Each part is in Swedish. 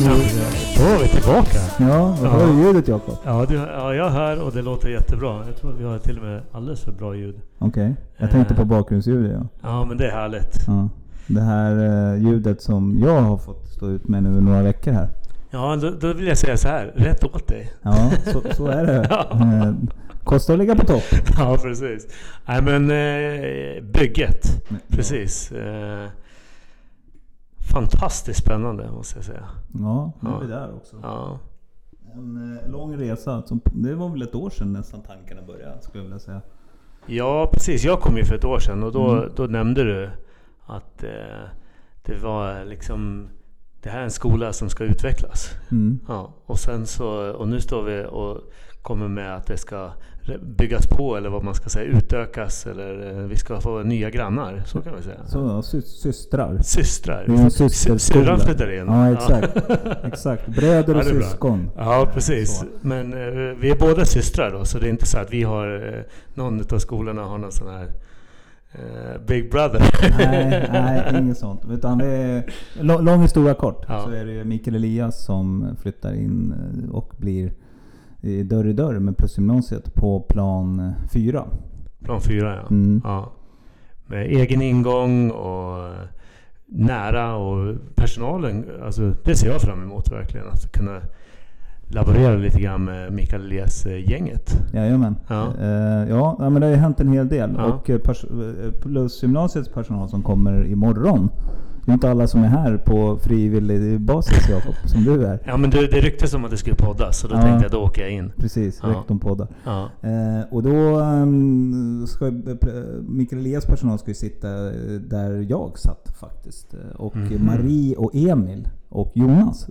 Då är vi tillbaka. Ja, vad hör du ljudet, Jakob? Ja, jag hör och det låter jättebra. Jag tror att vi har till och med alldeles för bra ljud. Okej, jag tänkte på bakgrundsljudet. Ja. Ja, men det är härligt. Ja. Det här ljudet som jag har fått stå ut med nu några veckor här. Ja, då vill jag säga så här. Rätt åt dig. Ja, så är det. Kostar att ligga på topp. Ja, precis. Nej, men bygget. Precis. Fantastiskt spännande, måste jag säga. Ja, nu är vi där också. Ja. En lång resa. Det var väl ett år sedan nästan tankarna började, skulle jag vilja säga. Ja, precis. Jag kom ju för ett år sedan och då nämnde du att det var liksom... Det här är en skola som ska utvecklas. Ja, och nu står vi och kommer med att det ska byggas på, eller vad man ska säga, utökas, eller vi ska få nya grannar, så kan vi säga. Så, systrar. Systrar. Det är en systerskola. Syrran flyttar in. Ja, exakt. Exakt. Bröder och syskon. Ja, precis. Så. Men vi är båda systrar då, så det är inte så att vi har någon av skolorna har någon sån här Big Brother. nej, inget sånt. Utan det är lång historia kort. Ja. Så är det Mikael Elias som flyttar in och blir dörr i dörr med Plusgymnasiet på plan 4. Plan 4, ja. Ja. Med egen ingång och nära, och personalen, alltså det ser jag fram emot verkligen, att kunna laborera lite grann med Mikael Elias gänget. Jajamän. Ja, men det har ju hänt en hel del. Ja. Och Plusgymnasiets personal som kommer imorgon. Det är inte alla som är här på frivillig basis, Jakob, som du är. Ja, men det ryktas om att det skulle poddas, så då tänkte jag, då åker jag in. Precis, rektorn poddar. Ja. Och då ska Mikael Elias personal ska ju sitta där jag satt faktiskt. Och Marie och Emil och Jonas,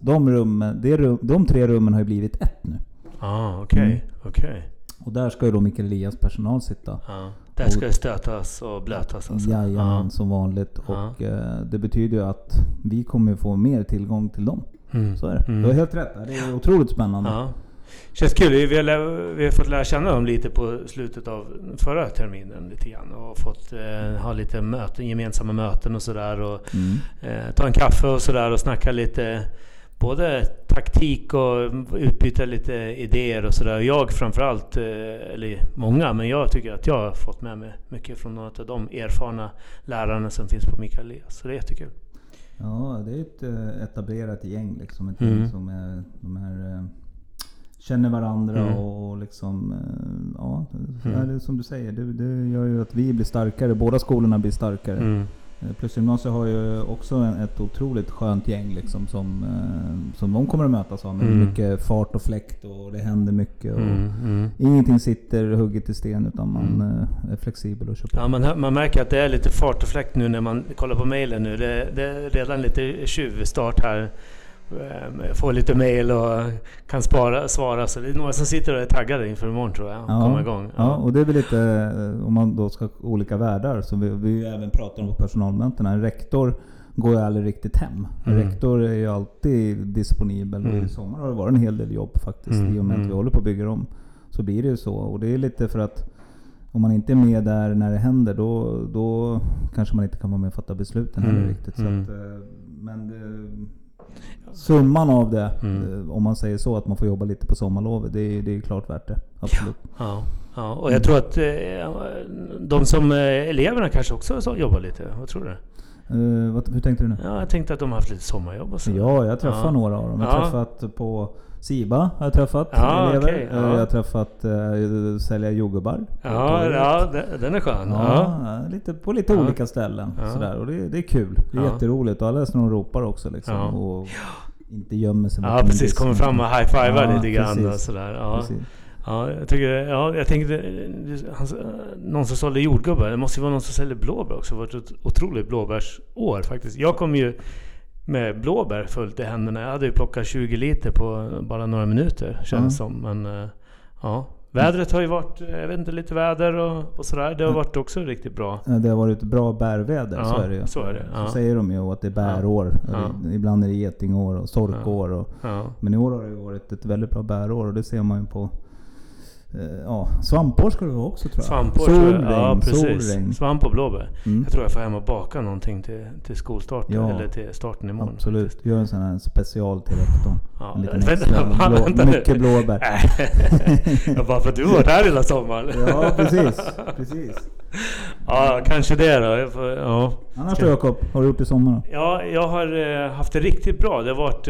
de 3 rummen har ju blivit ett nu. Okej. Och där ska ju då Mikael Elias personal sitta. Där ska det stötas och blötas alltså. Jajamän, som vanligt. Och det betyder ju att vi kommer få mer tillgång till dem. Så är det. Du har helt rätt. Det är otroligt spännande. Ja. Känns kul. Vi har fått lära känna dem lite på slutet av förra terminen lite grann. Och fått ha lite gemensamma möten och sådär. Och ta en kaffe och sådär och snacka lite... Både taktik och utbyta lite idéer och sådär. Jag framförallt, eller många, men jag tycker att jag har fått med mig mycket från några av de erfarna lärarna som finns på Mikael Elias. Så det är jättekul. Ja, det är ett etablerat gäng liksom. Ett gäng som är, de här känner varandra och liksom, är det som du säger. Det gör ju att vi blir starkare. Båda skolorna blir starkare. Plusgymnasiet har ju också ett otroligt skönt gäng liksom, som de kommer att mötas av med mycket fart och fläkt, och det händer mycket och ingenting sitter hugget i sten, utan man är flexibel och kör på. Ja, man märker att det är lite fart och fläkt nu när man kollar på mejlen nu. Det är redan lite tjuvstart här. Får lite mejl och kan svara, så det är några som sitter och är taggade inför imorgon, tror jag, komma igång. Ja, och det är väl lite, om man då ska olika världar, så vi även pratar om på personalmötena. En rektor går ju aldrig riktigt hem. En rektor är ju alltid disponibel, och i sommar har det varit en hel del jobb faktiskt, i och med att vi håller på att bygga om. Så blir det ju så, och det är lite för att om man inte är med där när det händer, då kanske man inte kan vara med och fatta besluten heller riktigt. Så att, men summan av det, om man säger så, att man får jobba lite på sommarlovet, det är klart värt det, absolut. Ja, och jag tror att de som eleverna kanske också jobbar lite. Vad tror du? Hur tänkte du nu? Ja, jag tänkte att de har haft lite sommarjobb och så. Ja, jag träffar några av dem. Jag har träffat på Siba, har jag träffat elever. Okay, jag har träffat sälja jordgubbar. Den är skön. Lite, på lite olika ställen. Sådär. Och det är kul. Det är jätteroligt. Och alla när de ropar också liksom. Och inte gömmer sig. Ja, precis. Kommer fram och high-fivar lite grann. Och sådär. Ja, jag tänkte någon som sålde jordgubbar. Det måste ju vara någon som säljer blåbär också. Det har varit ett otroligt blåbärsår faktiskt. Jag kom ju med blåbär fullt i händerna. Jag hade ju plockat 20 liter på bara några minuter, känns som. Men vädret har ju varit, jag vet inte, lite väder och sådär. Det har varit också riktigt bra. Det har varit bra bärväder, så är det ju. Så är det. Så säger de ju att det är bärår. Ibland är det getingår och sorkår. Men i år har det varit ett väldigt bra bärår, och det ser man ju på Svampår ska det vara också, tror jag. Svampår, solregn. Svamp och blåbär. Jag tror jag får hem och baka någonting till skolstarten eller till starten imorgon. Absolut. Faktiskt. Gör en sån här special till rektorn. Ja, en liten extra, mycket blåbär. Bara för att du var där hela sommaren. Ja, precis. Ja, kanske det då. Annars då, Jakob, har du gjort i sommar då? Ja, jag har haft det riktigt bra. Det har varit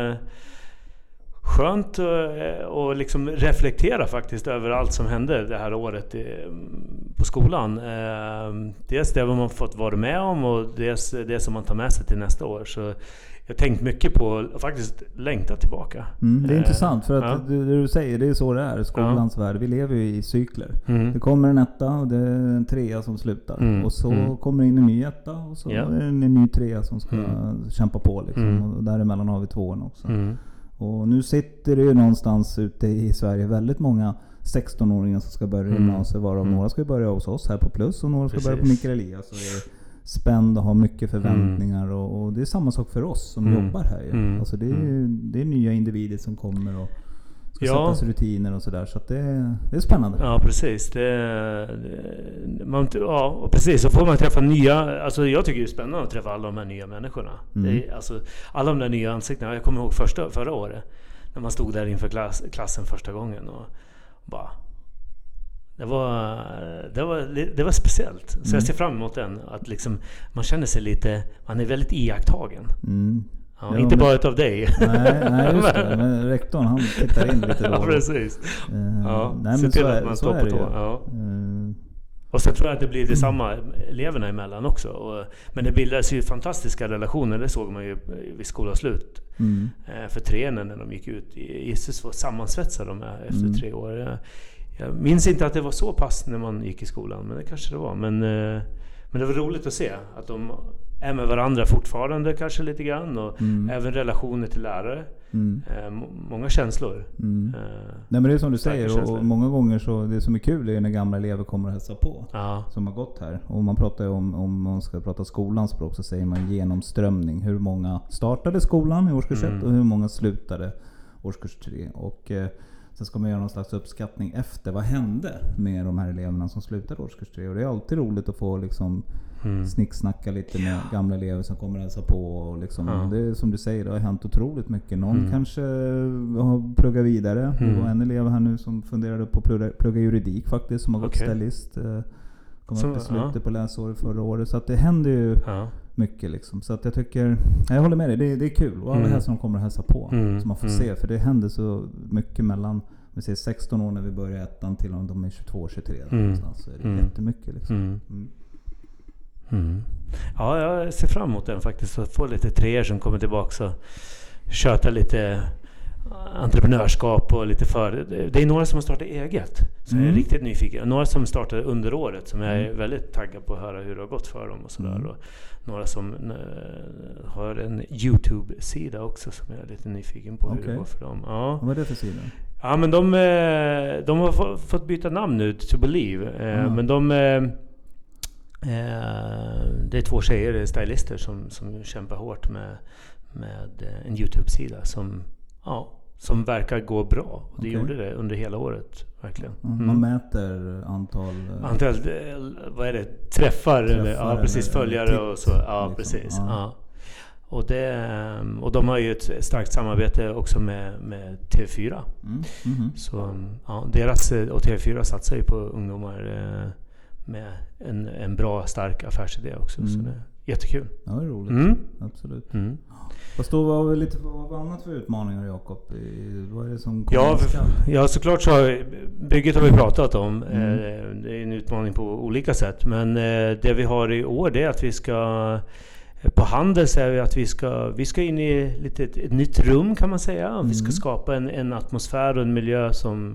skönt att liksom reflektera faktiskt över allt som hände det här året på skolan. Dels det man fått vara med om och dels det som man tar med sig till nästa år. Så jag har tänkt mycket på att faktiskt längta tillbaka. Det är intressant för att det du säger, det är så det är. Skolans värld. Vi lever ju i cykler. Det kommer en etta och det är en trea som slutar. Och så kommer in en ny etta och så är det en ny trea som ska kämpa på. Liksom. Och däremellan har vi tvåan också. Och nu sitter det ju någonstans ute i Sverige väldigt många 16-åringar som ska börja gymnasiet, varav några ska börja hos oss här på Plus och några ska börja på Mikael Elias och är spänd och har mycket förväntningar och det är samma sak för oss som jobbar här ju. Alltså det är nya individer som kommer och ska sättas rutiner och sådär, så att det är spännande. Ja, precis. Och precis, så får man träffa nya, alltså jag tycker det är spännande att träffa alla de här nya människorna. Det är, alltså, alla de där nya ansiktena. Jag kommer ihåg förra året när man stod där inför klassen första gången och bara det var speciellt. Så jag ser fram emot den, att liksom man känner sig lite, man är väldigt iakttagen. Ja, inte bara utav dig. Nej, just det. Men rektorn, han tittar in lite då. Ja, precis. Se till att man står på tå. Och sen tror jag att det blir detsamma eleverna emellan också. Men det bildas ju fantastiska relationer. Det såg man ju vid skolavslut. För treorna när de gick ut. Jesus var sammansvetsade de efter 3 år. Jag minns inte att det var så pass när man gick i skolan. Men det kanske det var. Men det var roligt att se att de är med varandra fortfarande kanske lite grann. Och även relationer till lärare. Många känslor. Nej, men det är som du säger, och många gånger så det som är kul är när gamla elever kommer och hälsa på som har gått här. Och man pratar ju om man ska prata skolans språk, så säger man genomströmning. Hur många startade skolan i årskurs 1 och hur många slutade årskurs 3. Och sen ska man göra någon slags uppskattning efter vad hände med de här eleverna som slutade årskurs 3. Och det är alltid roligt att få liksom snicksnacka lite med gamla elever som kommer att hälsa på. Och liksom, det är som du säger, det har hänt otroligt mycket. Någon kanske har pluggat vidare. Det var en elev här nu som funderade på att plugga juridik faktiskt, som har gått ställist. Kom upp i slutet på läsåret förra året. Så att det händer ju mycket liksom. Så att jag tycker, jag håller med dig, det är kul. Och alla här som kommer att hälsa på, som man får se. För det händer så mycket mellan, vi säger 16 år när vi börjar ettan till om de är 22-23 så är det jättemycket liksom. Ja, jag ser fram emot den faktiskt, att få lite treor som kommer tillbaka och köta lite entreprenörskap och lite det är några som har startat eget, så jag är riktigt nyfiken. Några som startade under året som jag är väldigt taggad på att höra hur det har gått för dem och sådär. Och några som har en YouTube-sida också som jag är lite nyfiken på hur det går för dem. Ja. Vad är det för sida? Ja, men de har fått byta namn nu till To Believe. Men det är 2 tjejer, stylister som kämpar hårt med en YouTube-sida som verkar gå bra. Och det gjorde det under hela året, verkligen. Man mäter antal vad är det? Träffar eller precis, följare och så. Ja, liksom. Precis. Ja. Och de har ju ett starkt samarbete också med TV4. Så deras och TV4 satsar ju på ungdomar med en bra, stark affärsidé också. Så det är jättekul. Ja, det är roligt. Absolut. Fast då var vi lite vad annat för utmaningar, Jakob? Vad är det som kommer? Såklart så bygget har vi pratat om. Det är en utmaning på olika sätt. Men det vi har i år, det är att vi ska på handel, säger vi att vi ska in i ett nytt rum, kan man säga. Vi ska skapa en atmosfär och en miljö som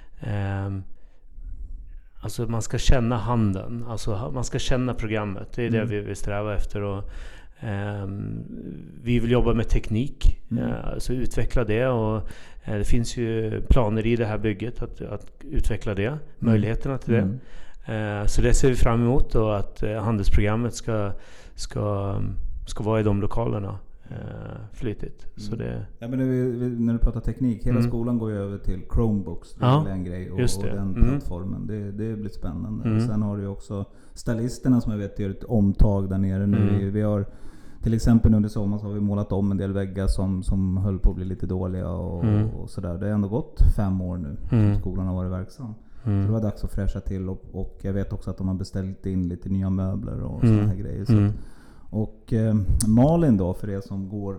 alltså man ska känna handeln, alltså man ska känna programmet. Det är det vi vill sträva efter. Och vi vill jobba med teknik, alltså utveckla det, och det finns ju planer i det här bygget att utveckla det, möjligheterna till det. Så det ser vi fram emot, och att handelsprogrammet ska vara i de lokalerna. flytigt. Så det... Ja, men när du pratar teknik, hela skolan går ju över till Chromebooks. Det är en grej. Och den plattformen. Det blir spännande. Sen har du ju också stylisterna som jag vet gör ett omtag där nere nu. Vi har till exempel under sommaren så har vi målat om en del väggar som höll på att bli lite dåliga och sådär. Det har ändå gått 5 år nu som skolan har varit verksam. Så det var dags att fräscha till och jag vet också att de har beställt in lite nya möbler och sådana här grejer. Så och Malin då, för er som går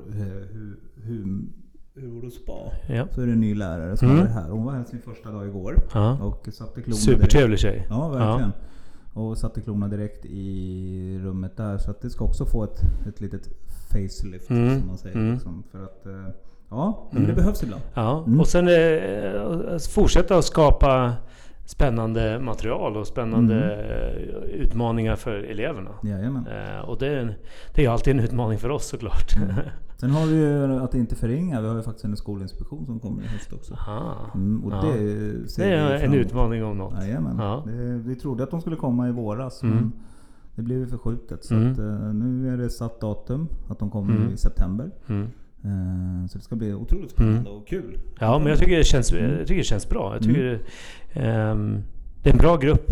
hur spa, så är det en ny lärare som är här. Hon var här sin första dag igår och satte klorna supertrevlig tjej. Ja, verkligen. Och satte klorna direkt i rummet där. Så att det ska också få ett litet facelift som man säger. Liksom, för att, men det behövs ibland. Ja, och sen fortsätta att skapa spännande material och spännande utmaningar för eleverna. Och det är ju alltid en utmaning för oss såklart. Sen har vi ju att inte förringa. Vi har ju faktiskt en skolinspektion som kommer i höst också. Och det är en utmaning om något. Vi trodde att de skulle komma i våras, men det blev ju förskjutet. Så att, nu är det satt datum att de kommer i september. Så det ska bli otroligt spännande och kul. Ja, men jag tycker det känns bra. Jag tycker det är en bra grupp.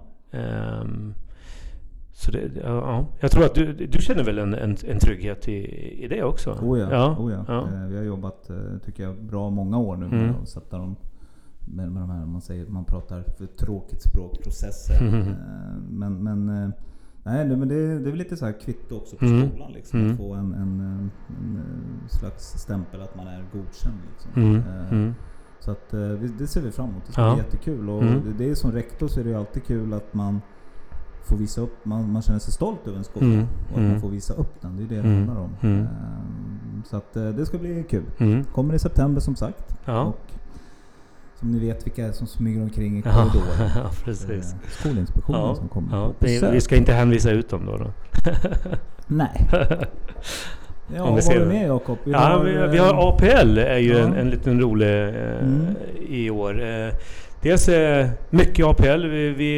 Så jag tror att du känner väl en trygghet i det också? Vi har jobbat, tycker jag, bra många år nu med att sätta dem med de här, man pratar för tråkigt språk, processer. Men det är väl lite så här kvitto också på skolan liksom, att få en slags stämpel att man är godkänd liksom. Så att det ser vi fram emot. Det ska bli jättekul och det är som rektor så är det alltid kul att man får visa upp, man känner sig stolt över en skola och att man får visa upp den. Det är det handlar om. Så att det ska bli kul. Kommer i september som sagt. Och som ni vet vilka som smyger omkring i korridoren. Ja, precis. Skolinspektionen som kommer. Vi ska inte hänvisa ut dem då. Nej. Vad var det med, Jakob? Vi har APL är ju en liten rolig i år. Dels mycket APL.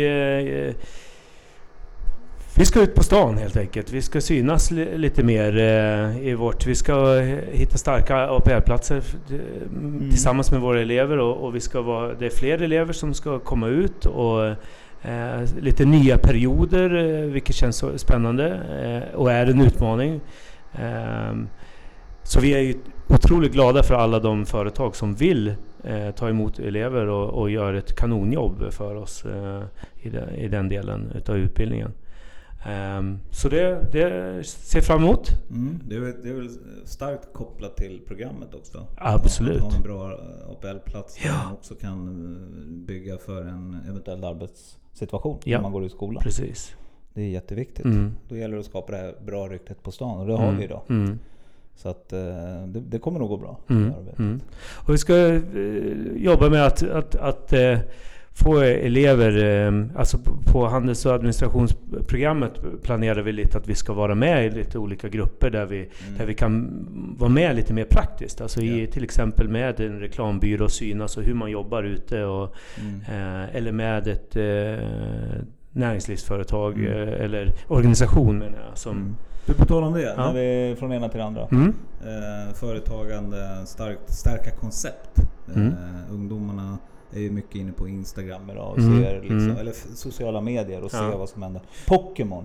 Vi ska ut på stan helt enkelt. Vi ska synas lite mer vi ska hitta starka APL-platser tillsammans med våra elever och det är fler elever som ska komma ut och lite nya perioder, vilket känns så spännande och är en utmaning. Så vi är ju otroligt glada för alla de företag som vill ta emot elever och gör ett kanonjobb för oss i den delen utav utbildningen. Så det ser fram emot. Det är väl starkt kopplat till programmet också. Absolut. Att ha en bra APL-plats där man också kan bygga för en eventuell arbetssituation när man går i skolan. Precis. Det är jätteviktigt. Då gäller det att skapa det här bra ryktet på stan och det har vi idag. Så att det kommer nog gå bra. Och vi ska jobba med att få elever, alltså på handels- och administrationsprogrammet planerar vi lite att vi ska vara med i lite olika grupper där vi kan vara med lite mer praktiskt. Alltså till exempel med en reklambyrå och synas och hur man jobbar ute eller med ett näringslivsföretag eller organisation menar jag, som på tal om det, när vi från ena till det andra. Företagande, starka koncept. Ungdomarna är ju mycket inne på Instagram idag och ser liksom, eller sociala medier och ser vad som händer. Pokémon.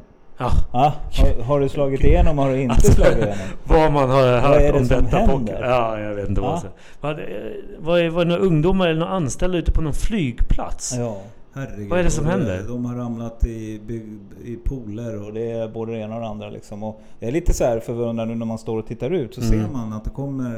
Har du slagit igenom och har du inte slagit igenom? Vad man har hört om detta Pokémon. Ja, jag vet inte vad det var några ungdomar eller några anställda ute på någon flygplats. Ja. Herregud, vad är det som händer? De har ramlat i pooler och det är både det ena och det andra liksom. Och jag är lite så här förvånad nu när man står och tittar ut så ser man att det kommer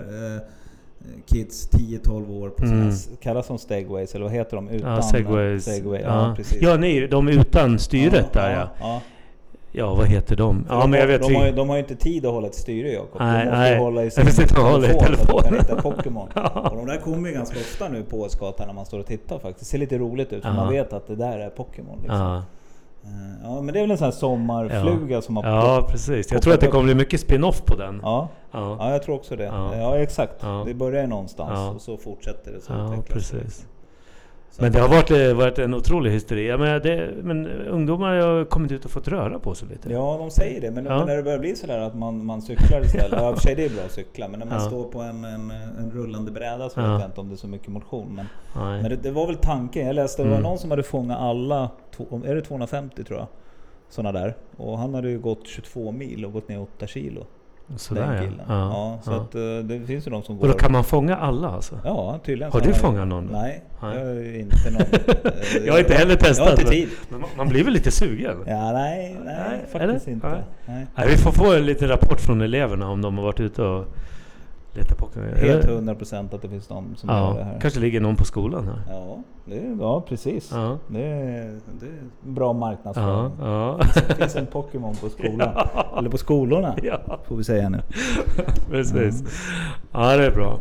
kids 10-12 år på sådana kallas som segways eller vad heter de utan segways. Precis. De utan styret där. Ja, vad heter de? Ja, men jag vet de har ju inte tid att hålla ett styre, Jakob. De måste hålla i sin telefon för att hitta Pokémon. Och de där kommer ju ganska ofta nu på Åsgatan när man står och tittar faktiskt. Det ser lite roligt ut för man vet att det där är Pokémon liksom. Ja, men det är väl en sån här sommarfluga som har Ja, precis. Jag tror att det kommer bli mycket spin-off på den. Ja, jag tror också det. Ja, exakt. Det börjar någonstans och så fortsätter det så. Ja, precis. Men det har varit en otrolig hysteria. Men ungdomar har kommit ut och fått röra på sig lite. Ja, de säger det. Men när det börjar bli sådär att man cyklar istället. Ja, för sig det är bra att cykla. Men när man står på en rullande bräda så vet jag inte om det är så mycket motion. Men det var väl tanken. Jag läste det var någon som hade fångat alla, är det 250 tror jag, sådana där. Och han hade ju gått 22 mil och gått ner 8 kilo. Sådär, så att det finns ju de som går. Och då kan man fånga alla alltså? Ja, tydligen. Har du fångat någon? Nej, jag är inte någon. Jag har inte heller testat. Jag har inte tid. Men man blir väl lite sugen? Ja, nej faktiskt inte. Nej, vi får få en liten rapport från eleverna om de har varit ute och letat på. Helt 100% att det finns någon som gör det här. Kanske ligger någon på skolan här. Ja, precis. Ja. Det är bra marknadsföring. Det finns en Pokémon på skolan. Eller på skolorna, får vi säga nu. Precis. Ja, det är bra.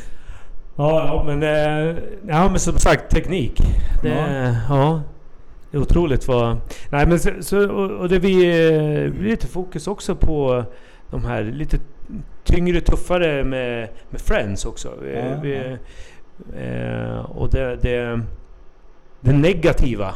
Men som sagt, teknik. Det är otroligt vad... Nej, men och det blir lite fokus också på de här lite tyngre, tuffare med Friends också. Och det negativa.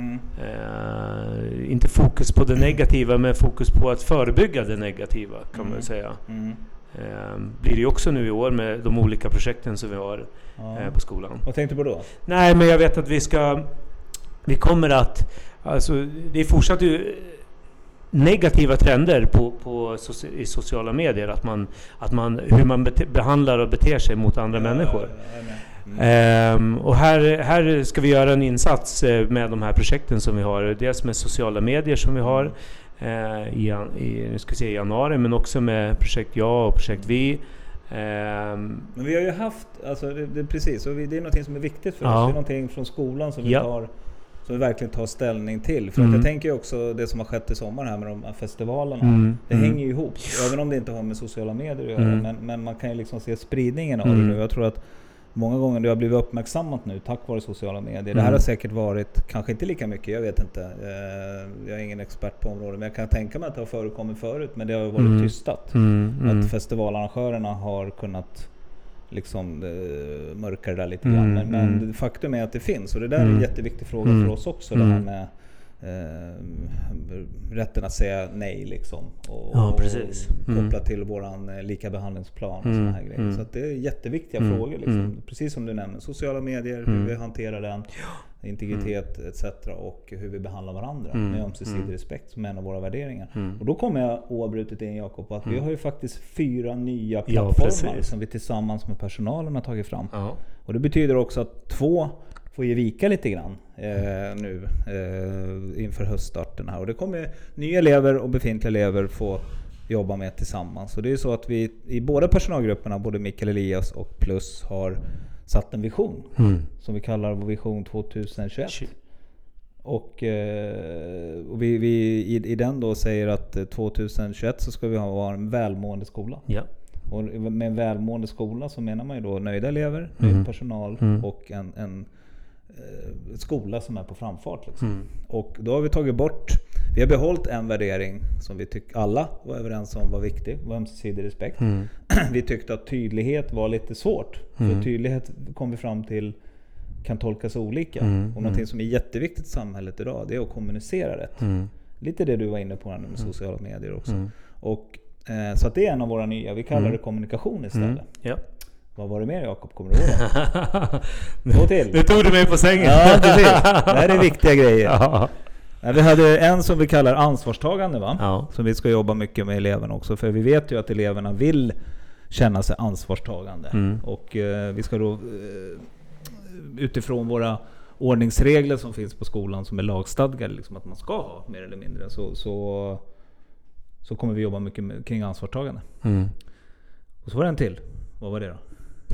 Inte fokus på det negativa, men fokus på att förebygga det negativa, kan man säga. Blir det ju också nu i år med de olika projekten som vi har på skolan. Vad tänkte du på då? Nej, men jag vet att vi kommer att, alltså det är fortsatt ju negativa trender i sociala medier, att man hur man behandlar och beter sig mot andra människor. Och här ska vi göra en insats med de här projekten som vi har, dels med sociala medier som vi har i januari, men också med projekt och projekt Vi. Men vi har ju haft, alltså det precis, och det är någonting som är viktigt för oss. Det är någonting från skolan som vi verkligen tar ställning till. För att jag tänker också det som har skett i sommar här med de här festivalerna. Det hänger ju ihop, även om det inte har med sociala medier att göra. Men man kan ju liksom se spridningen av det nu. Jag tror att många gånger det har blivit uppmärksammat nu tack vare sociala medier. Det här har säkert varit, kanske inte lika mycket, jag vet inte. Jag är ingen expert på området, men jag kan tänka mig att det har förekommit förut, men det har varit tystat. Att festivalarrangörerna har kunnat liksom mörka det där lite grann. Men faktum är att det finns, och det där är en jätteviktig fråga för oss också, det här med rätten att säga nej liksom, och koppla till våran lika behandlingsplan och såna här grejer. Så att det är jätteviktiga frågor liksom. Precis som du nämner, sociala medier, hur vi hanterar den, integritet etc. och hur vi behandlar varandra med ömsesidig respekt som är en av våra värderingar. Och då kommer jag oavbrutet in, Jakob, att vi har ju faktiskt 4 nya plattformar som vi tillsammans med personalen har tagit fram. Och det betyder också att 2 får ge vika lite grann nu inför höststarten här. Och det kommer nya elever och befintliga elever få jobba med tillsammans. Och det är så att vi i båda personalgrupperna, både Mikael Elias och Plus, har satt en vision som vi kallar Vision 2021. Och vi i den då säger att 2021 så ska vi ha en välmående skola. Och med en välmående skola så menar man ju då nöjda elever, nöjd personal och en skola som är på framfart liksom. Och då har vi tagit bort, vi har behållit en värdering som vi tyckte alla var överens om var viktig, var ömsesidig respekt. Vi tyckte att tydlighet var lite svårt, för tydlighet kom vi fram till kan tolkas olika. Och någonting som är jätteviktigt i samhället idag, det är att kommunicera rätt. Lite det du var inne på med sociala medier också. Och så att det är en av våra nya, vi kallar det kommunikation istället. Vad var det mer, Jakob? Kommer du ihåg det? Nu tog du mig på sängen. Ja, precis. Det här är viktiga grejer. Vi hade en som vi kallar ansvarstagande, va? Som vi ska jobba mycket med eleverna också. För vi vet ju att eleverna vill känna sig ansvarstagande. Och vi ska då utifrån våra ordningsregler som finns på skolan, som är lagstadgade liksom, att man ska ha mer eller mindre, så kommer vi jobba mycket kring ansvarstagande. Och så var det en till. Vad var det då?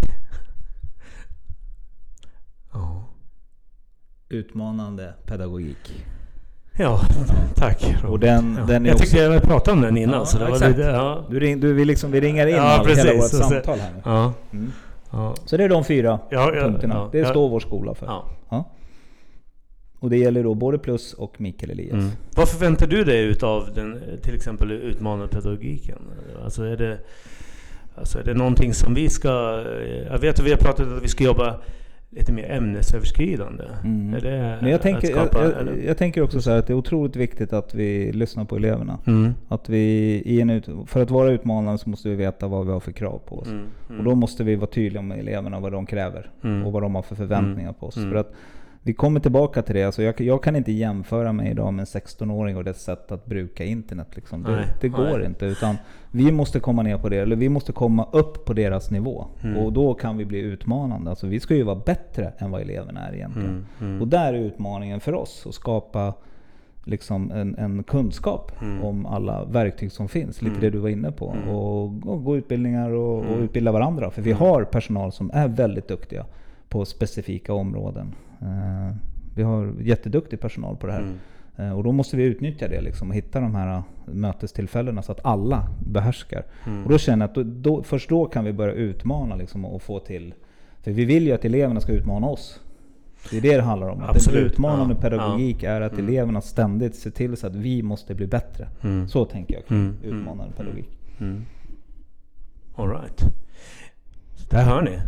Utmanande pedagogik. Tack. Och den är jag också... tyckte jag pratade om den innan. Så det var lite, vi ringar in hela vårt samtal här nu. Så det är de 4 punkterna. Det står vår skola för. Och det gäller då både Plus och Mikael Elias. Vad förväntar du dig utav den, till exempel utmanande pedagogiken? Alltså är det någonting som vi ska... Jag vet att vi har pratat om att vi ska jobba lite mer ämnesöverskridande. Mm. Är det Men jag tänker också så här att det är otroligt viktigt att vi lyssnar på eleverna. Att vi för att vara utmanande så måste vi veta vad vi har för krav på oss. Och då måste vi vara tydliga med eleverna vad de kräver och vad de har för förväntningar på oss. För att vi kommer tillbaka till det. Alltså jag kan inte jämföra mig idag med en 16-åring och dess sätt att bruka internet. Liksom. Det går inte. Utan vi måste komma ner på det. Eller vi måste komma upp på deras nivå. Och då kan vi bli utmanande. Alltså vi ska ju vara bättre än vad eleverna är egentligen. Och där är utmaningen för oss. Att skapa liksom en kunskap om alla verktyg som finns. Lite det du var inne på. Och gå utbildningar och utbilda varandra. För vi har personal som är väldigt duktiga på specifika områden. Vi har jätteduktig personal på det här. Och då måste vi utnyttja det liksom, och hitta de här mötestillfällena så att alla behärskar. Och då känner jag att först då kan vi börja utmana liksom, och få till. För vi vill ju att eleverna ska utmana oss. Det är det handlar om. Att en utmanande pedagogik är att eleverna ständigt ser till så att vi måste bli bättre. Så tänker jag kring utmanande pedagogik. All right. Där hör ni.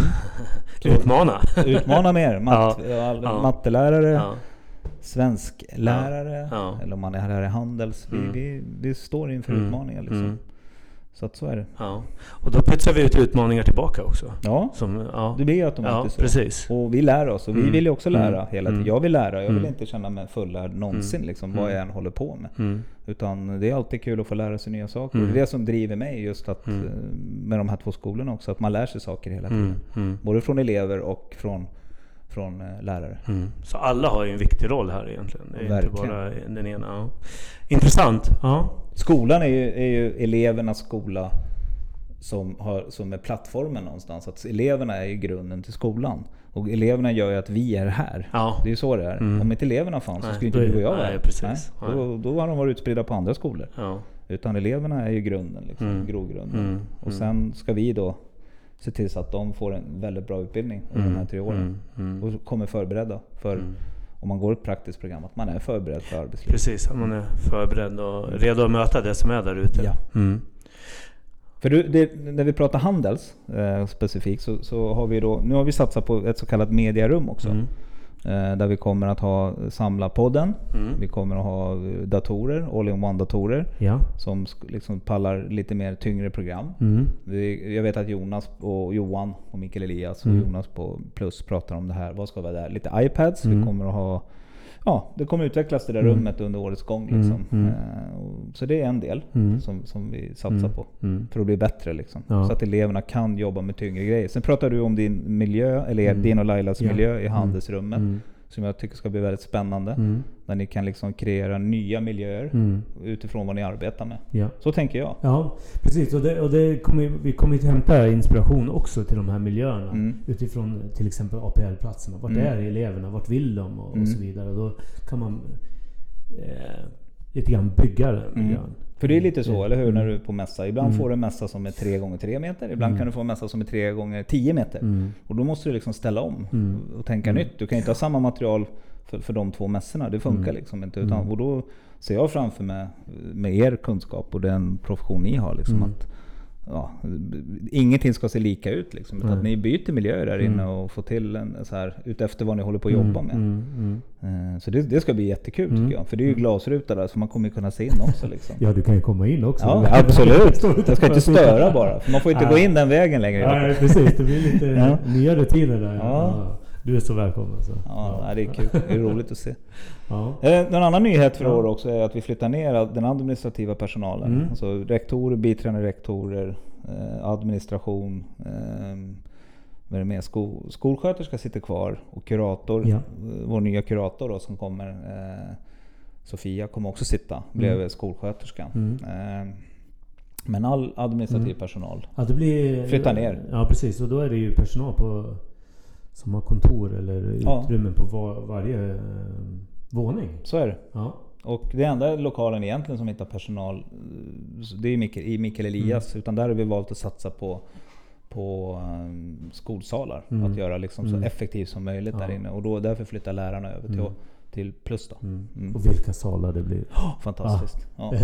Utmana mer. Mattelärare, svensklärare, eller om man är här i handels. Vi står inför utmaningar liksom. Så att så är det. Ja. Och då pytsar vi ut utmaningar tillbaka också. Det blir automatiskt så. Precis. Och vi lär oss. Och vi vill ju också lära hela tiden. Jag vill lära. Jag vill inte känna mig fullärd någonsin liksom, vad jag än håller på med. Utan det är alltid kul att få lära sig nya saker. Det är det som driver mig just att med de här 2 skolorna också. Att man lär sig saker hela tiden. Både från elever och från lärare. Så alla har ju en viktig roll här egentligen. Det är verkligen. Inte bara den ena. Ja. Intressant. Ja. Skolan är ju elevernas skola som är plattformen någonstans. Att eleverna är ju grunden till skolan. Och eleverna gör ju att vi är här. Ja. Det är ju så det är. Om inte eleverna fanns så skulle inte du och jag vara här. Då har de varit utspridda på andra skolor. Ja. Utan eleverna är ju grunden, liksom, grogrunden. Och sen ska vi då se till så att de får en väldigt bra utbildning under de här 3 åren. Och kommer förberedda för om man går ett praktiskt program, att man är förberedd för arbetslivet. Precis, att man är förberedd och redo att möta det som är där ute. Ja. För när vi pratar handels specifikt så har vi då, nu har vi satsat på ett så kallat mediarum också. Där vi kommer att samla podden. Vi kommer att ha datorer, all-in-one-datorer som liksom pallar lite mer tyngre program. Jag vet att Jonas och Johan och Mikael Elias och Jonas på Plus pratar om det här. Vad ska vara där? Lite iPads. Vi kommer att ha det kommer utvecklas det där rummet under årets gång liksom. Så det är en del som vi satsar på för att bli bättre liksom. Så att eleverna kan jobba med tyngre grejer. Sen pratar du om din miljö, eller din och Lailas miljö i handelsrummet som jag tycker ska bli väldigt spännande. Där ni kan liksom kreera nya miljöer utifrån vad ni arbetar med. Så tänker jag. Ja, precis. Och vi kommer att hämta inspiration också till de här miljöerna utifrån till exempel APL-platserna. Vart är eleverna? Vart vill de? Och så vidare. Och då kan man lite grann bygga den miljön. För det är lite så, eller hur, när du är på mässa. Ibland får du en mässa som är 3x3 meter. Ibland kan du få en mässa som är 3x10 meter. Och då måste du liksom ställa om och tänka nytt. Du kan inte ha samma material för de 2 mässorna. Det funkar liksom inte. Och då ser jag framför mig med er kunskap och den profession ni har liksom, att ingenting ska se lika ut liksom, utan att ni byter miljöer där inne och får till en så här utefter vad ni håller på att jobba med. Så det ska bli jättekul tycker jag, för det är ju glasruta där så man kommer kunna se in också liksom. Ja, du kan ju komma in också. Ja, absolut. Jag ska inte störa bara, för man får inte gå in den vägen längre. Ja, precis. Det blir lite nya rutiner där. Ja. Du är så välkommen. Så. Ja, det är kul. Det är roligt att se. En annan nyhet för år också är att vi flyttar ner den administrativa personalen. Alltså rektorer, biträdande rektorer, administration, vad är det med? Skolsköterska sitter kvar och kurator, vår nya kurator då, som kommer, Sofia, kommer också sitta bredvid skolsköterskan. Men all administrativ personal flyttar ner. Ja, precis. Och då är det ju personal som har kontor eller utrymmen på varje våning. Så är det. Ja. Och det enda lokalen egentligen som inte har personal, det är Mikael Elias, utan där har vi valt att satsa på skolsalar. Att göra liksom så effektivt som möjligt där inne. Och då därför flyttar lärarna över till Plus då. Och vilka salar det blir. Fantastiskt. Det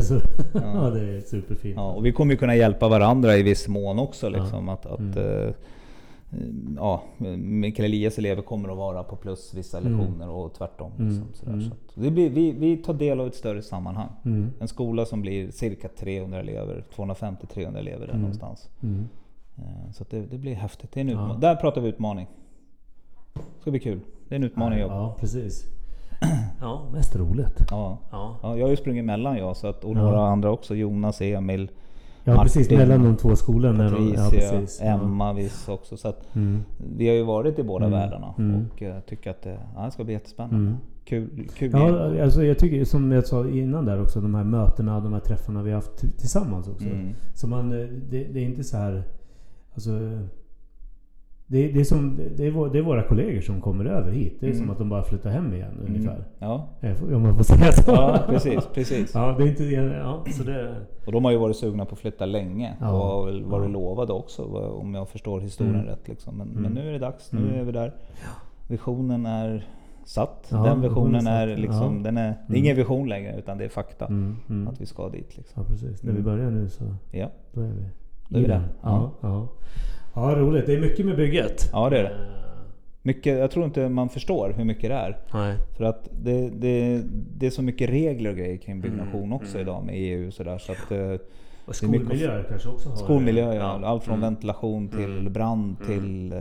är superfint. Och vi kommer ju kunna hjälpa varandra i viss mån också liksom, att ja, Mikael Elias elever kommer att vara på plus vissa lektioner och tvärtom. Sådär. Så att det blir, vi tar del av ett större sammanhang. En skola som blir cirka 300 elever, 250-300 elever där någonstans. Så att det blir häftigt. Det är en där pratar vi utmaning. Det ska bli kul. Det är en utmaning. Ja, precis. Ja, mest roligt. Ja, jag har ju sprungit emellan så att, och några andra också. Jonas, Emil, ja, Martin, precis, mellan de två skolorna. Patricia, Emma viss också. Så att vi har ju varit i båda världarna och tycker att det ska bli jättespännande. Kul. Ja, alltså jag tycker, som jag sa innan där också, de här mötena, de här träffarna vi har haft tillsammans också. Så det är inte så här, alltså det är våra kollegor som kommer över hit. Det är som att de bara flyttar hem igen ungefär. Ja. Om man får säga så. Ja, precis. Ja, det är inte så det. Och de har ju varit sugna på att flytta länge och har väl varit lovade också, om jag förstår historien rätt liksom. Men nu är det dags. Nu är vi där. Visionen är satt. Den visionen är liksom det är ingen vision längre, utan det är fakta att vi ska dit liksom. Ja, precis. När vi börjar nu så då är vi där. Ja, roligt. Det är mycket med bygget. Ja, det är det. Mycket, jag tror inte man förstår hur mycket det är. Nej. För att det är så mycket regler och grejer kring byggnation också idag med EU och sådär. Så att, och skolmiljöer kanske också har. Skolmiljöer, allt från ventilation till brand till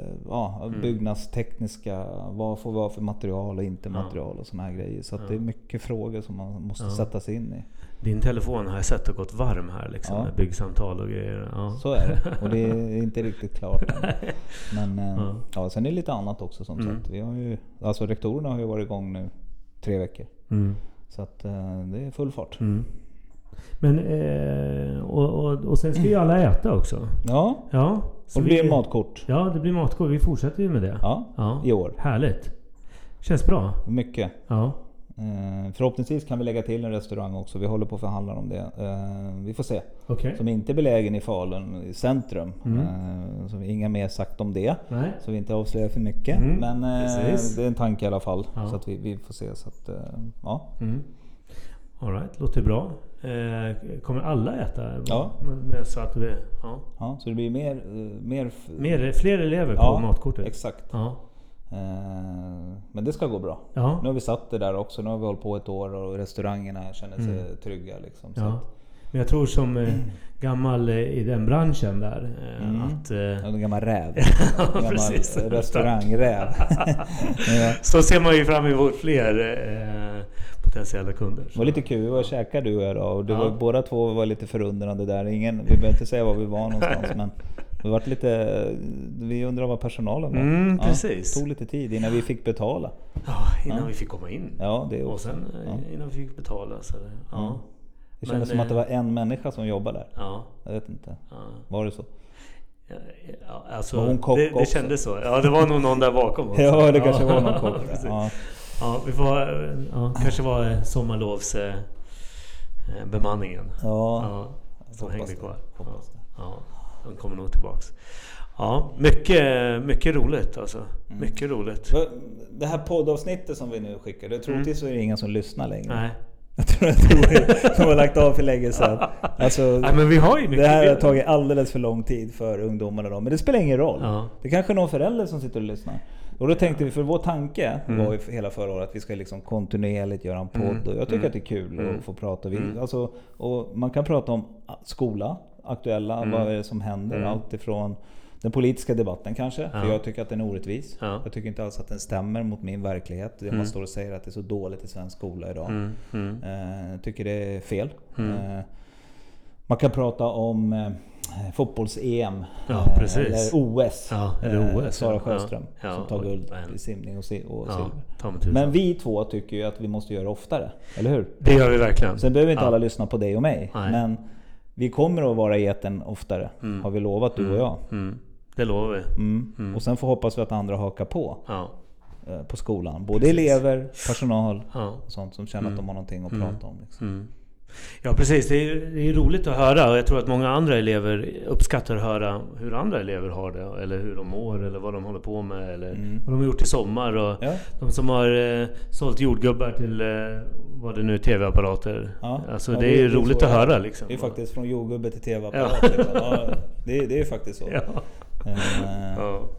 byggnadstekniska, vad får vi ha för material och inte material och såna här grejer. Så att det är mycket frågor som man måste sätta sig in i. Din telefon har jag sett har gått varm här liksom, med byggsamtal och grejer. Ja. Så är det. Och det är inte riktigt klart än. Men sen är det lite annat också som sagt. Vi har ju, alltså rektorerna har ju varit igång nu 3 veckor. Så att det är full fart. Men och sen ska ju alla äta också. Ja. Så det blir matkort. Ja, det blir matkort. Vi fortsätter ju med det. Ja. I år. Härligt. Känns bra. Mycket. Ja. Förhoppningsvis kan vi lägga till en restaurang också. Vi håller på att förhandla om det. Vi får se. Okay. Som inte är belägen i Falun i centrum. Så vi inga mer sagt om det. Nej. Så vi inte avslöjar för mycket. Men det är en tanke i alla fall. Så att vi får se. Så att, All right, låter bra. Kommer alla äta? Ja. Så att vi, så det blir fler elever på matkortet. Exakt. Ja. Men det ska gå bra. Ja. Nu har vi satt det där också. Nu har vi hållit på ett år och restaurangerna känner sig trygga liksom. Så att, men jag tror som gammal i den branschen där att en gammal räv. Precis. Restaurangräv. Så ser man ju fram emot fler potentiella kunder. Det var lite kul, vi var och käkade du och jag då, och det var, båda två var lite förundrande där. Vi behöver inte säga var vi var någonstans, men det var lite, vi undrar vad personalen var. Precis. Det tog lite tid innan vi fick betala. Ja, innan vi fick komma in. Ja, det och sen innan vi fick betala. Så det kändes som att det var en människa som jobbade där. Ja. Jag vet inte. Var det så? Ja, alltså, var hon kock det kändes så. Ja, det var nog någon där bakom också. Ja, det kanske var någon kock. Ja, vi får kanske var sommarlovs bemanningen. Som hängde kvar. Ja, de kommer nog tillbaks. Ja, mycket roligt alltså. Mycket roligt. Det här poddavsnittet som vi nu skickar, det troligtvis så är det ingen som lyssnar längre. Nej. Jag tror att de har lagt av för länge sedan. Alltså, men vi har ju mycket. Det här har tagit alldeles för lång tid för ungdomarna då. Men det spelar ingen roll. Ja. Det är kanske någon förälder som sitter och lyssnar. Och då tänkte vi, för vår tanke var ju hela förra året att vi ska liksom kontinuerligt göra en podd. Och jag tycker att det är kul att få prata. Alltså, och man kan prata om skola, aktuella, vad är det som händer. Allt ifrån den politiska debatten kanske, för jag tycker att den är orättvis. Jag tycker inte alls att den stämmer mot min verklighet. Man står och säger att det är så dåligt i svensk skola idag. Jag tycker det är fel. Man kan prata om fotbolls-EM eller OS. Eller OS. Sara Sjöström som tar guld i simning och silver. Ja, men vi två tycker ju att vi måste göra det oftare, eller hur? Det gör vi verkligen. Sen behöver inte alla lyssna på dig och mig. Nej. Men vi kommer att vara i etern oftare. Har vi lovat, du och jag. Det lovar vi. Och sen får hoppas vi att andra hakar på skolan. Både elever, personal och sånt som känner att de har någonting att prata om. Liksom. Ja, precis. Det är roligt att höra, och jag tror att många andra elever uppskattar att höra hur andra elever har det, eller hur de mår, eller vad de håller på med, eller vad de har gjort i sommar. Och de som har sålt jordgubbar till vad det nu är, tv-apparater. Alltså det är ju roligt att höra liksom. Det är faktiskt från jordgubbe till tv-apparat. Liksom. Det är ju faktiskt så. Ja.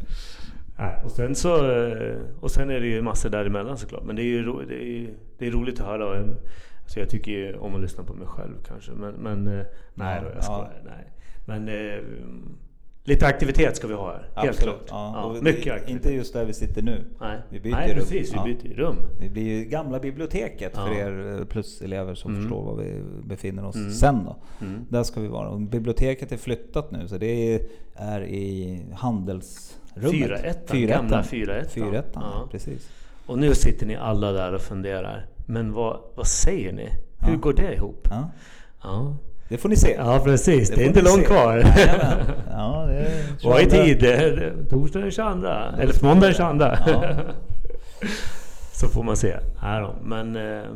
Och sen är det ju massor däremellan såklart. Men det är roligt att höra. Alltså jag tycker ju om att lyssna på mig själv kanske. Men nej då, jag skojar. Nej. Men lite aktivitet ska vi ha här. Helt klart. Ja, mycket aktivitet. Inte just där vi sitter nu. Nej, vi byter rum. Precis. Vi byter rum. Det blir ju gamla biblioteket för er pluselever som förstår var vi befinner oss sen då. Där ska vi vara. Och biblioteket är flyttat nu, så det är i handelsrummet. 4-1, gamla 4-1. Ja, precis. Och nu sitter ni alla där och funderar. Men vad säger ni? Hur går det ihop? Ja. Det får ni se. Ja, precis. Det är inte långt kvar. Ja, det är 22. Vad är tid? Torsdag den 22. Eller måndag den 22. Ja. Så får man se. Här då. Men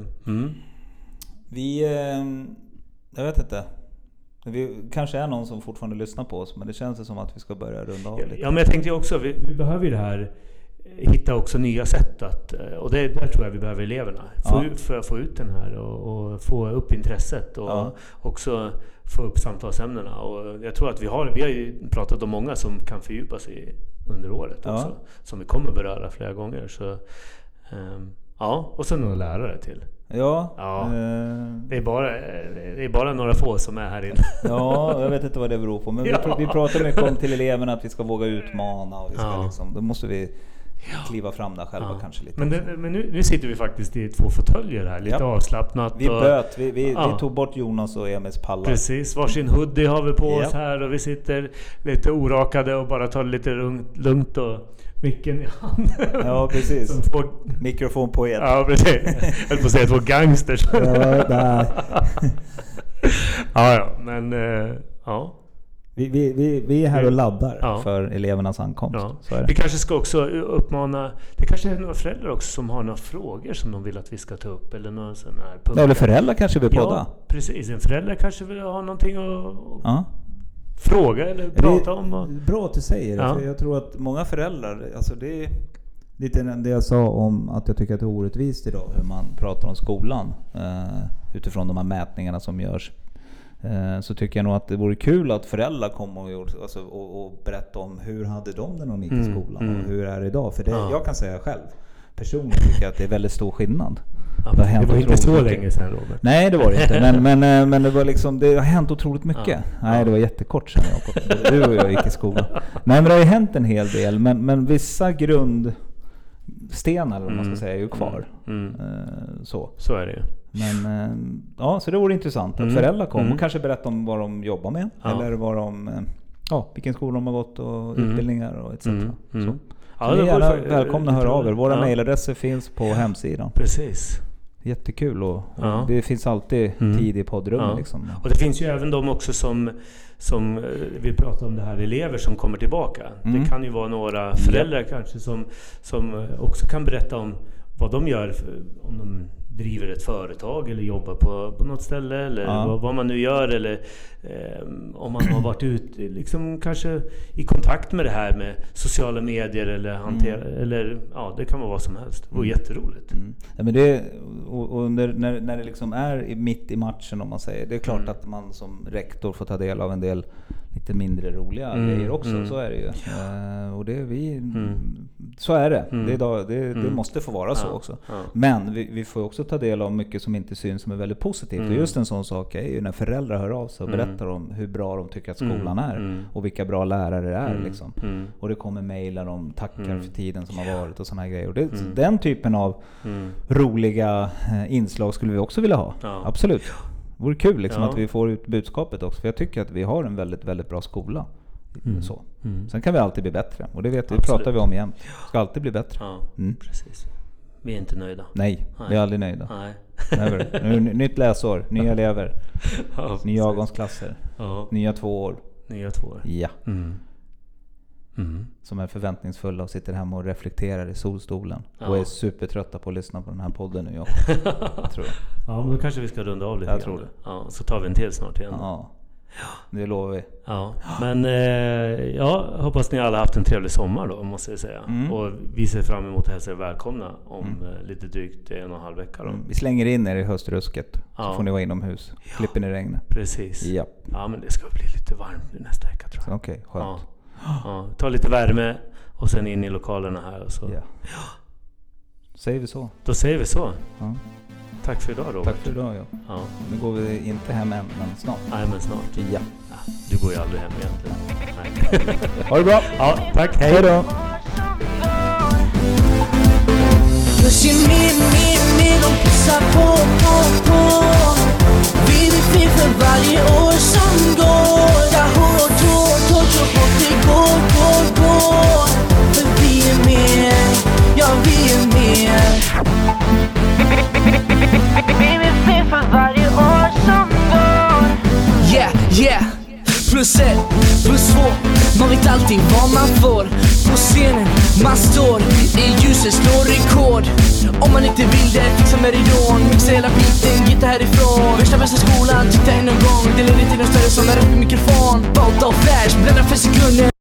jag vet inte. Vi kanske är någon som fortfarande lyssnar på oss, men det känns som att vi ska börja runda av lite. Ja, men jag tänkte ju också, vi behöver ju det här, hitta också nya sätt att, och där tror jag vi behöver eleverna för att få ut den här och få upp intresset och också få upp samtalsämnena. Och jag tror att vi har ju pratat om många som kan fördjupa sig under året också, som vi kommer beröra flera gånger. Så och sen några lärare till. Det är bara några få som är här inne. Ja, jag vet inte vad det beror på, men vi pratar mycket om till eleverna att vi ska våga utmana och vi ska då måste vi kliva fram där själva kanske lite. Men nu sitter vi faktiskt i 2 fåtöljer här, lite avslappnat. Vi tog bort Jonas och Emils pallar. Precis, varsin hoodie har vi på oss här och vi sitter lite orakade och bara tar det lite lugnt och micken i handen. Ja, precis. Mikrofon på er. Ja, precis. Jag höll på att säga 2 gangsters. Vi är här och laddar för elevernas ankomst. Ja. Så är det. Vi kanske ska också uppmana, det kanske är några föräldrar också som har några frågor som de vill att vi ska ta upp eller någon sån här punkt. Eller föräldrar kanske vill podda. Ja, precis. En förälder kanske vill ha någonting att fråga eller prata om. Bra att du säger det, för jag tror att många föräldrar, alltså det är lite det jag sa om att jag tycker att det är orättvist idag hur man pratar om skolan utifrån de här mätningarna som görs. Så tycker jag nog att det vore kul att föräldrar kom och berätta om hur hade de det när de gick i skolan och hur är det idag. För det jag kan säga själv personligen tycker jag att det är väldigt stor skillnad. Det var inte så länge sedan, Robert. Nej, det var det inte. Men det var liksom, det har hänt otroligt mycket. Nej, det var jättekort sedan du och jag gick i skolan. Nej, men det har ju hänt en hel del. Men vissa grundstenar, eller vad man ska säga, är ju kvar. Så är det ju. Men så det vore intressant att föräldrar kom och kanske berätta om vad de jobbar med. Eller vad de, vilken skola de har gått och utbildningar och etc. Så. Ja, ni är gärna välkomna att höra av er. Våra mejladresser finns på hemsidan. Precis. Jättekul och det finns alltid tid i poddrummet. Liksom. Och det finns ju även de också som vi pratar om det här, elever som kommer tillbaka. Det kan ju vara några föräldrar kanske som också kan berätta om vad de gör, om de driver ett företag eller jobbar på något ställe eller vad man nu gör, eller om man har varit ut liksom kanske i kontakt med det här med sociala medier eller eller det kan vara vad som helst. Det var jätteroligt. Ja, men det och när det liksom är mitt i matchen, om man säger, det är klart att man som rektor får ta del av en del lite mindre roliga grejer också, så är det ju. Och det så är det. Det måste få vara så också. Men vi får också ta del av mycket som inte syns, som är väldigt positivt. Och just en sån sak är ju när föräldrar hör av sig och berättar om hur bra de tycker att skolan är och vilka bra lärare det är liksom. Och det kommer mejlar om tackar för tiden som har varit och såna här grejer. Och den typen av roliga inslag skulle vi också vilja ha. Absolut. Det vore kul liksom att vi får ut budskapet också. För jag tycker att vi har en väldigt, väldigt bra skola. Så. Sen kan vi alltid bli bättre. Och det pratar vi om igen. Ska alltid bli bättre. Precis. Vi är inte nöjda. Nej, vi är aldrig nöjda. Nu nytt läsår, nya elever, nya avgångsklasser, nya 2 år. Ja. Som är förväntningsfulla och sitter hemma och reflekterar i solstolen och är supertrötta på att lyssna på den här podden nu. Tror jag. Ja, men då kanske vi ska runda av lite. Jag tror det. Ja, så tar vi en till snart igen. Ja, det lovar vi. Ja, men jag hoppas ni alla haft en trevlig sommar då, måste jag säga. Och vi ser fram emot att hälsa er välkomna om lite drygt 1,5 vecka då. Vi slänger in er i höstrusket så får ni vara inomhus. Slipper ni regna. Precis. Ja. Ja, men det ska bli lite varmt nu nästa vecka, tror jag. Okej, skönt. Ja, ta lite värme och sen in i lokalerna här och så. Ja. Säger vi så? Då säger vi så. Ja. Tack för idag, Robert. Tack för idag, ja. Nu går vi inte hem än, men snart. Nej, men snart. Ja. Du går ju aldrig hem egentligen. Nej. Ha det bra. Ja, tack. Hej. Hej då. Jag ser mer de pissar på. Vi blir fler för varje år som går. Där hårt, det går. För vi är mer, ja vi är mer. Vi blir fler för varje år som går. Yeah. Plus 1, plus 2. Man vet alltid vad man får. På scenen man står, i ljuset slår rekord. Om man inte vill det, fixa med ridån. Mixa hela biten, gitta härifrån. Värsta bästa skolan, titta in en gång. Delar det till en större som är rätt med mikrofon. Volta och flash, bläddra för sekunder.